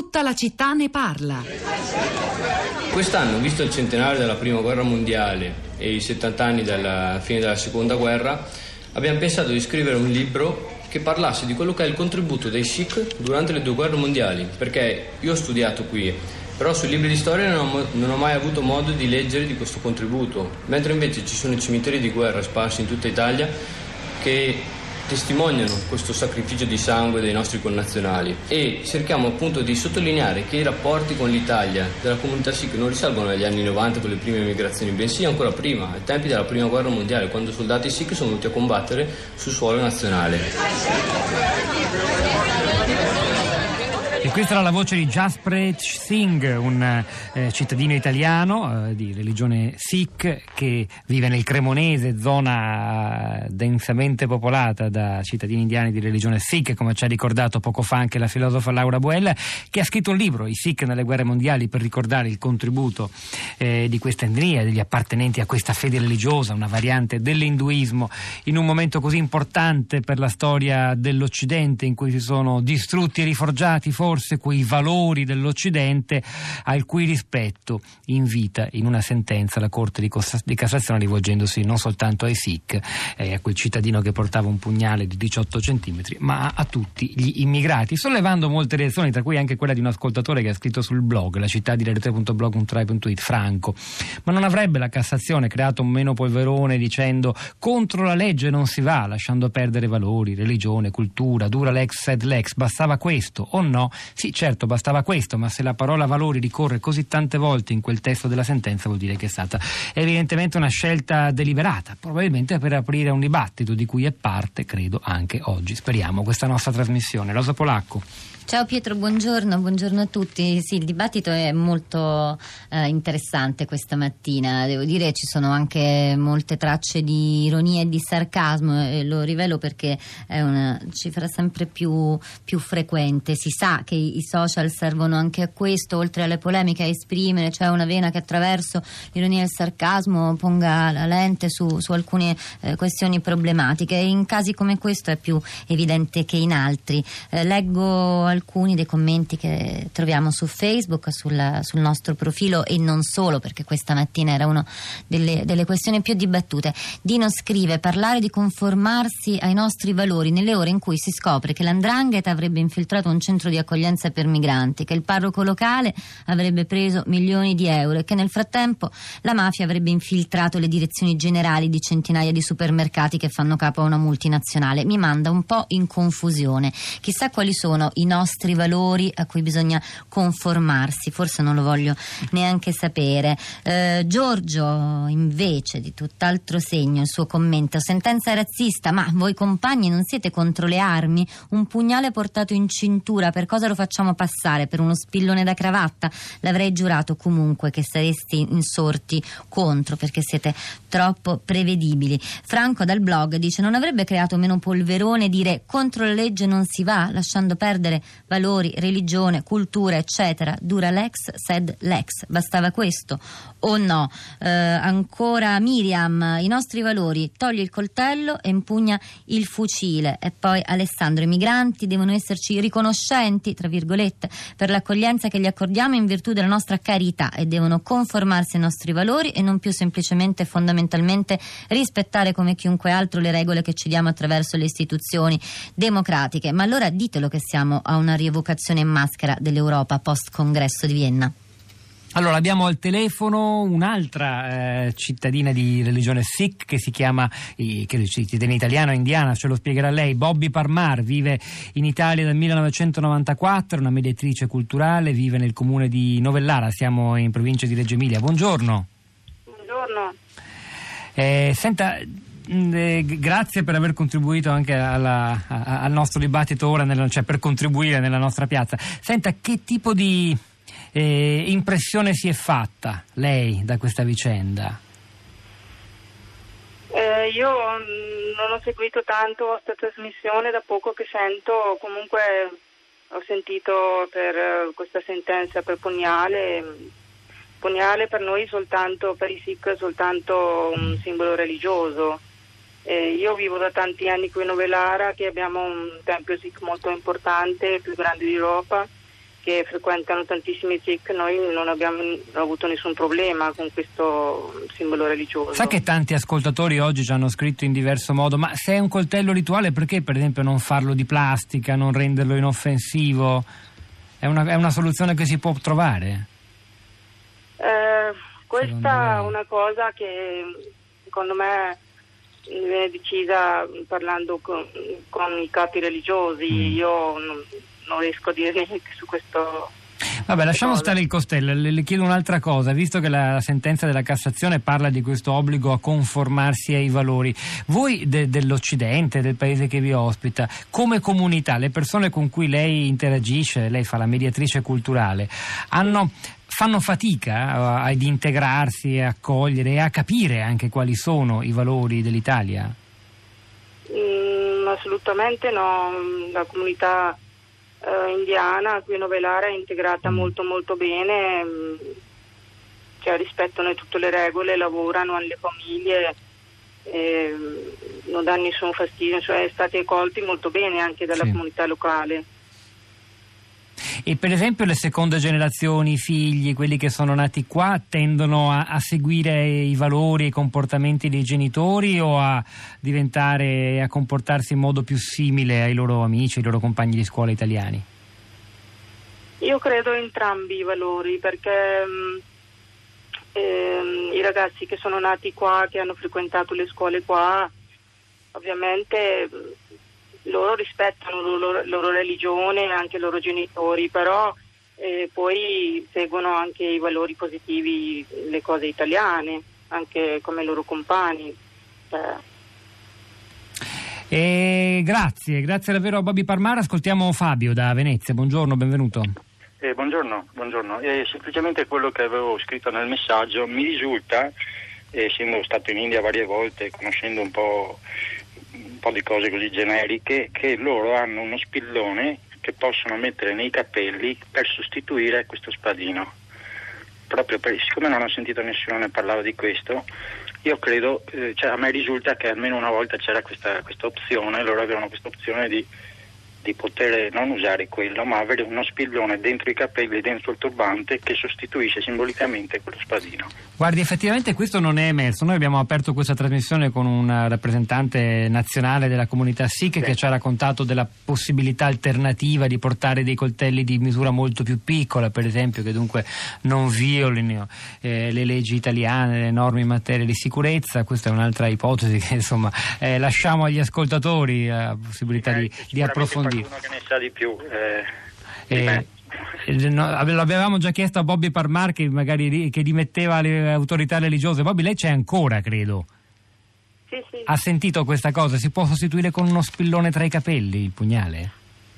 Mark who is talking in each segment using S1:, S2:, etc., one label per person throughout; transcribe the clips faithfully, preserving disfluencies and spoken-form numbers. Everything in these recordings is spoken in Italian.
S1: Tutta la città ne parla.
S2: Quest'anno, visto il centenario della Prima Guerra Mondiale e i settanta anni dalla fine della Seconda Guerra, abbiamo pensato di scrivere un libro che parlasse di quello che è il contributo dei Sikh durante le due guerre mondiali, perché io ho studiato qui, però sui libri di storia non ho, non ho mai avuto modo di leggere di questo contributo, mentre invece ci sono cimiteri di guerra sparsi in tutta Italia che testimoniano questo sacrificio di sangue dei nostri connazionali, e cerchiamo appunto di sottolineare che i rapporti con l'Italia della comunità Sikh non risalgono agli anni novanta con le prime migrazioni, bensì ancora prima, ai tempi della Prima Guerra Mondiale, quando soldati Sikh sono venuti a combattere sul suolo nazionale.
S3: E questa era la voce di Jasprit Singh, un eh, cittadino italiano eh, di religione Sikh che vive nel Cremonese, zona densamente popolata da cittadini indiani di religione Sikh, come ci ha ricordato poco fa anche la filosofa Laura Buella, che ha scritto un libro, I Sikh nelle guerre mondiali, per ricordare il contributo eh, di questa etnia, degli appartenenti a questa fede religiosa, una variante dell'induismo, in un momento così importante per la storia dell'Occidente, in cui si sono distrutti e riforgiati forse quei valori dell'Occidente al cui rispetto invita in una sentenza la Corte di, Cossa- di Cassazione, rivolgendosi non soltanto ai Sikh, eh, a quel cittadino che portava un pugnale di diciotto centimetri, ma a, a tutti gli immigrati, sollevando molte reazioni, tra cui anche quella di un ascoltatore che ha scritto sul blog, la città di radio tre punto blog punto rai punto it, Franco. Ma non avrebbe la Cassazione creato un meno polverone dicendo contro la legge non si va, lasciando perdere valori, religione, cultura, dura lex sed lex, bastava questo o no? Sì, certo, bastava questo, ma se la parola valori ricorre così tante volte in quel testo della sentenza, vuol dire che è stata evidentemente una scelta deliberata, probabilmente per aprire un dibattito di cui è parte, credo, anche oggi. Speriamo, questa nostra trasmissione. Rosa Polacco.
S4: Ciao Pietro, buongiorno, buongiorno a tutti. Sì, il dibattito è molto eh, interessante questa mattina. Devo dire ci sono anche molte tracce di ironia e di sarcasmo, e lo rivelo perché è una cifra sempre più, più frequente. Si sa che i social servono anche a questo, oltre alle polemiche, a esprimere, cioè una vena che attraverso l'ironia e il sarcasmo ponga la lente su, su alcune eh, questioni problematiche. E in casi come questo è più evidente che in altri. Eh, leggo alcuni dei commenti che troviamo su Facebook, sul, sul nostro profilo, e non solo, perché questa mattina era una delle, delle questioni più dibattute. Dino scrive: parlare di conformarsi ai nostri valori nelle ore in cui si scopre che l'Andrangheta avrebbe infiltrato un centro di accoglienza per migranti, che il parroco locale avrebbe preso milioni di euro e che nel frattempo la mafia avrebbe infiltrato le direzioni generali di centinaia di supermercati che fanno capo a una multinazionale. Mi manda un po' in confusione. Chissà quali sono i nostri valori a cui bisogna conformarsi, forse non lo voglio neanche sapere. eh, Giorgio invece di tutt'altro segno il suo commento: sentenza razzista, ma voi compagni non siete contro le armi? Un pugnale portato in cintura, per cosa lo facciamo passare? Per uno spillone da cravatta? L'avrei giurato comunque che saresti insorti contro, perché siete troppo prevedibili. Franco dal blog dice: non avrebbe creato meno polverone dire contro la legge non si va, lasciando perdere valori, religione, cultura, eccetera. Dura lex sed lex, bastava questo o no? Eh, ancora Miriam: i nostri valori, togli il coltello e impugna il fucile. E poi Alessandro: i migranti devono esserci riconoscenti, tra virgolette, per l'accoglienza che gli accordiamo in virtù della nostra carità, e devono conformarsi ai nostri valori e non più semplicemente e fondamentalmente rispettare come chiunque altro le regole che ci diamo attraverso le istituzioni democratiche. Ma allora ditelo che siamo a una rievocazione in maschera dell'Europa post congresso di Vienna.
S3: Allora, abbiamo al telefono un'altra eh, cittadina di religione Sikh che si chiama, eh, che cittadina italiana o indiana, ce lo spiegherà lei. Bobby Parmar vive in Italia dal millenovecentonovantaquattro, è una mediatrice culturale, vive nel comune di Novellara, siamo in provincia di Reggio Emilia. Buongiorno.
S5: Buongiorno.
S3: Eh, senta, Eh, grazie per aver contribuito anche alla, a, al nostro dibattito ora, nella, cioè per contribuire nella nostra piazza. Senta, che tipo di eh, impressione si è fatta lei da questa vicenda?
S5: Eh, io mh, non ho seguito tanto questa trasmissione, da poco che sento, comunque ho sentito per uh, questa sentenza per pugnale. Pugnale per noi soltanto, per i Sikh, soltanto un simbolo religioso. Eh, io vivo da tanti anni qui a Novellara, che abbiamo un tempio Sikh molto importante, il più grande d'Europa, che frequentano tantissimi Sikh, noi non abbiamo avuto nessun problema con questo simbolo religioso.
S3: Sa che tanti ascoltatori oggi ci hanno scritto in diverso modo, ma se è un coltello rituale perché per esempio non farlo di plastica, non renderlo inoffensivo? È una, è una soluzione che si può trovare?
S5: Eh, questa è una cosa che secondo me viene decisa parlando con, con i capi religiosi. Mm. Io non, non riesco a dire niente su questo.
S3: Vabbè, lasciamo cosa. stare il costello. Le, le chiedo un'altra cosa, visto che la sentenza della Cassazione parla di questo obbligo a conformarsi ai valori. Voi de, dell'Occidente, del paese che vi ospita, come comunità, le persone con cui lei interagisce, lei fa la mediatrice culturale, hanno fanno fatica ad integrarsi, a accogliere e a capire anche quali sono i valori dell'Italia?
S5: Mm, assolutamente no. La comunità Uh, indiana qui a Novellara è integrata mm. molto molto bene, mh, cioè rispettano tutte le regole, lavorano alle famiglie, eh, non danno nessun fastidio, cioè stati accolti molto bene anche dalla sì. comunità locale.
S3: E per esempio le seconde generazioni, i figli, quelli che sono nati qua, tendono a, a seguire i valori e i comportamenti dei genitori o a diventare, a comportarsi in modo più simile ai loro amici, ai loro compagni di scuola italiani?
S5: Io credo entrambi i valori, perché mh, ehm, i ragazzi che sono nati qua, che hanno frequentato le scuole qua, ovviamente mh, loro rispettano la loro, loro religione e anche i loro genitori, però eh, poi seguono anche i valori positivi, le cose italiane, anche come i loro compagni. Eh.
S3: E grazie, grazie davvero a Bobby Parmara. Ascoltiamo Fabio da Venezia. Buongiorno, benvenuto.
S1: Eh, buongiorno, buongiorno. Eh, semplicemente quello che avevo scritto nel messaggio, mi risulta, eh, essendo stato in India varie volte, conoscendo un po' un po' di cose così generiche, che loro hanno uno spillone che possono mettere nei capelli per sostituire questo spadino. Proprio per, siccome non ho sentito nessuno ne parlava di questo, io credo, eh, cioè a me risulta che almeno una volta c'era questa, questa opzione, loro avevano questa opzione di di poter non usare quello, ma avere uno spillone dentro i capelli, dentro il turbante, che sostituisce simbolicamente quello spadino.
S3: Guardi, effettivamente questo non è emerso. Noi abbiamo aperto questa trasmissione con un rappresentante nazionale della comunità Sikh sì. che ci ha raccontato della possibilità alternativa di portare dei coltelli di misura molto più piccola, per esempio, che dunque non violino eh, le leggi italiane, le norme in materia di sicurezza. Questa è un'altra ipotesi che insomma eh, lasciamo agli ascoltatori la possibilità eh, di, di approfondire.
S1: Qualcuno che ne sa di più eh,
S3: eh, eh, no, l'avevamo già chiesto a Bobby Parmar che magari che dimetteva le autorità religiose. Bobby, lei c'è ancora, credo.
S5: Sì, sì.
S3: Ha sentito questa cosa? Si può sostituire con uno spillone tra i capelli il pugnale?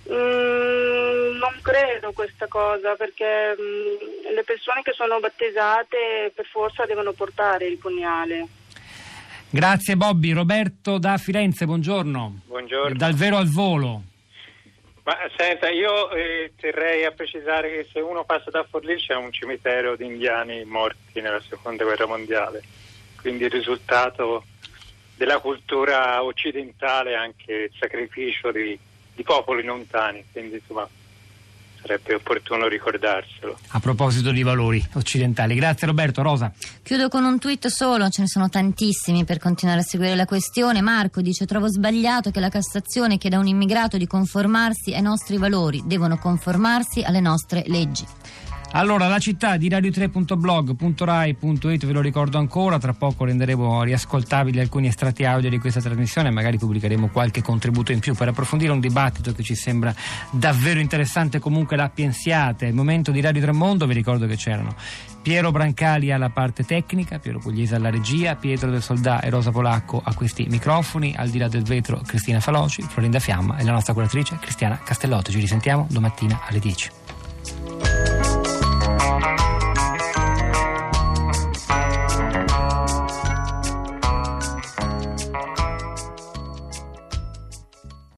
S5: Mm, non credo questa cosa, perché mm, le persone che sono battesate per forza devono portare il pugnale.
S3: Grazie Bobby. Roberto da Firenze, buongiorno.
S6: Buongiorno.
S3: Dal vero al volo.
S6: Ma senta, io eh, terrei a precisare che se uno passa da Forlì c'è un cimitero di indiani morti nella seconda guerra mondiale, quindi il risultato della cultura occidentale è anche il sacrificio di, di popoli lontani, quindi insomma sarebbe opportuno ricordarselo.
S3: A proposito di valori occidentali. Grazie Roberto. Rosa.
S4: Chiudo con un tweet solo, ce ne sono tantissimi per continuare a seguire la questione. Marco dice: trovo sbagliato che la Cassazione chieda a un immigrato di conformarsi ai nostri valori, devono conformarsi alle nostre leggi.
S3: Allora, la città di radio tre punto blog punto rai punto it, ve lo ricordo ancora, tra poco renderemo riascoltabili alcuni estratti audio di questa trasmissione, magari pubblicheremo qualche contributo in più per approfondire un dibattito che ci sembra davvero interessante. Comunque la pensiate. Il momento di Radio tre Mondo, vi ricordo che c'erano Piero Brancali alla parte tecnica, Piero Pugliese alla regia, Pietro del Soldà e Rosa Polacco a questi microfoni, al di là del vetro Cristina Faloci, Florinda Fiamma e la nostra curatrice Cristiana Castellotto. Ci risentiamo domattina alle dieci.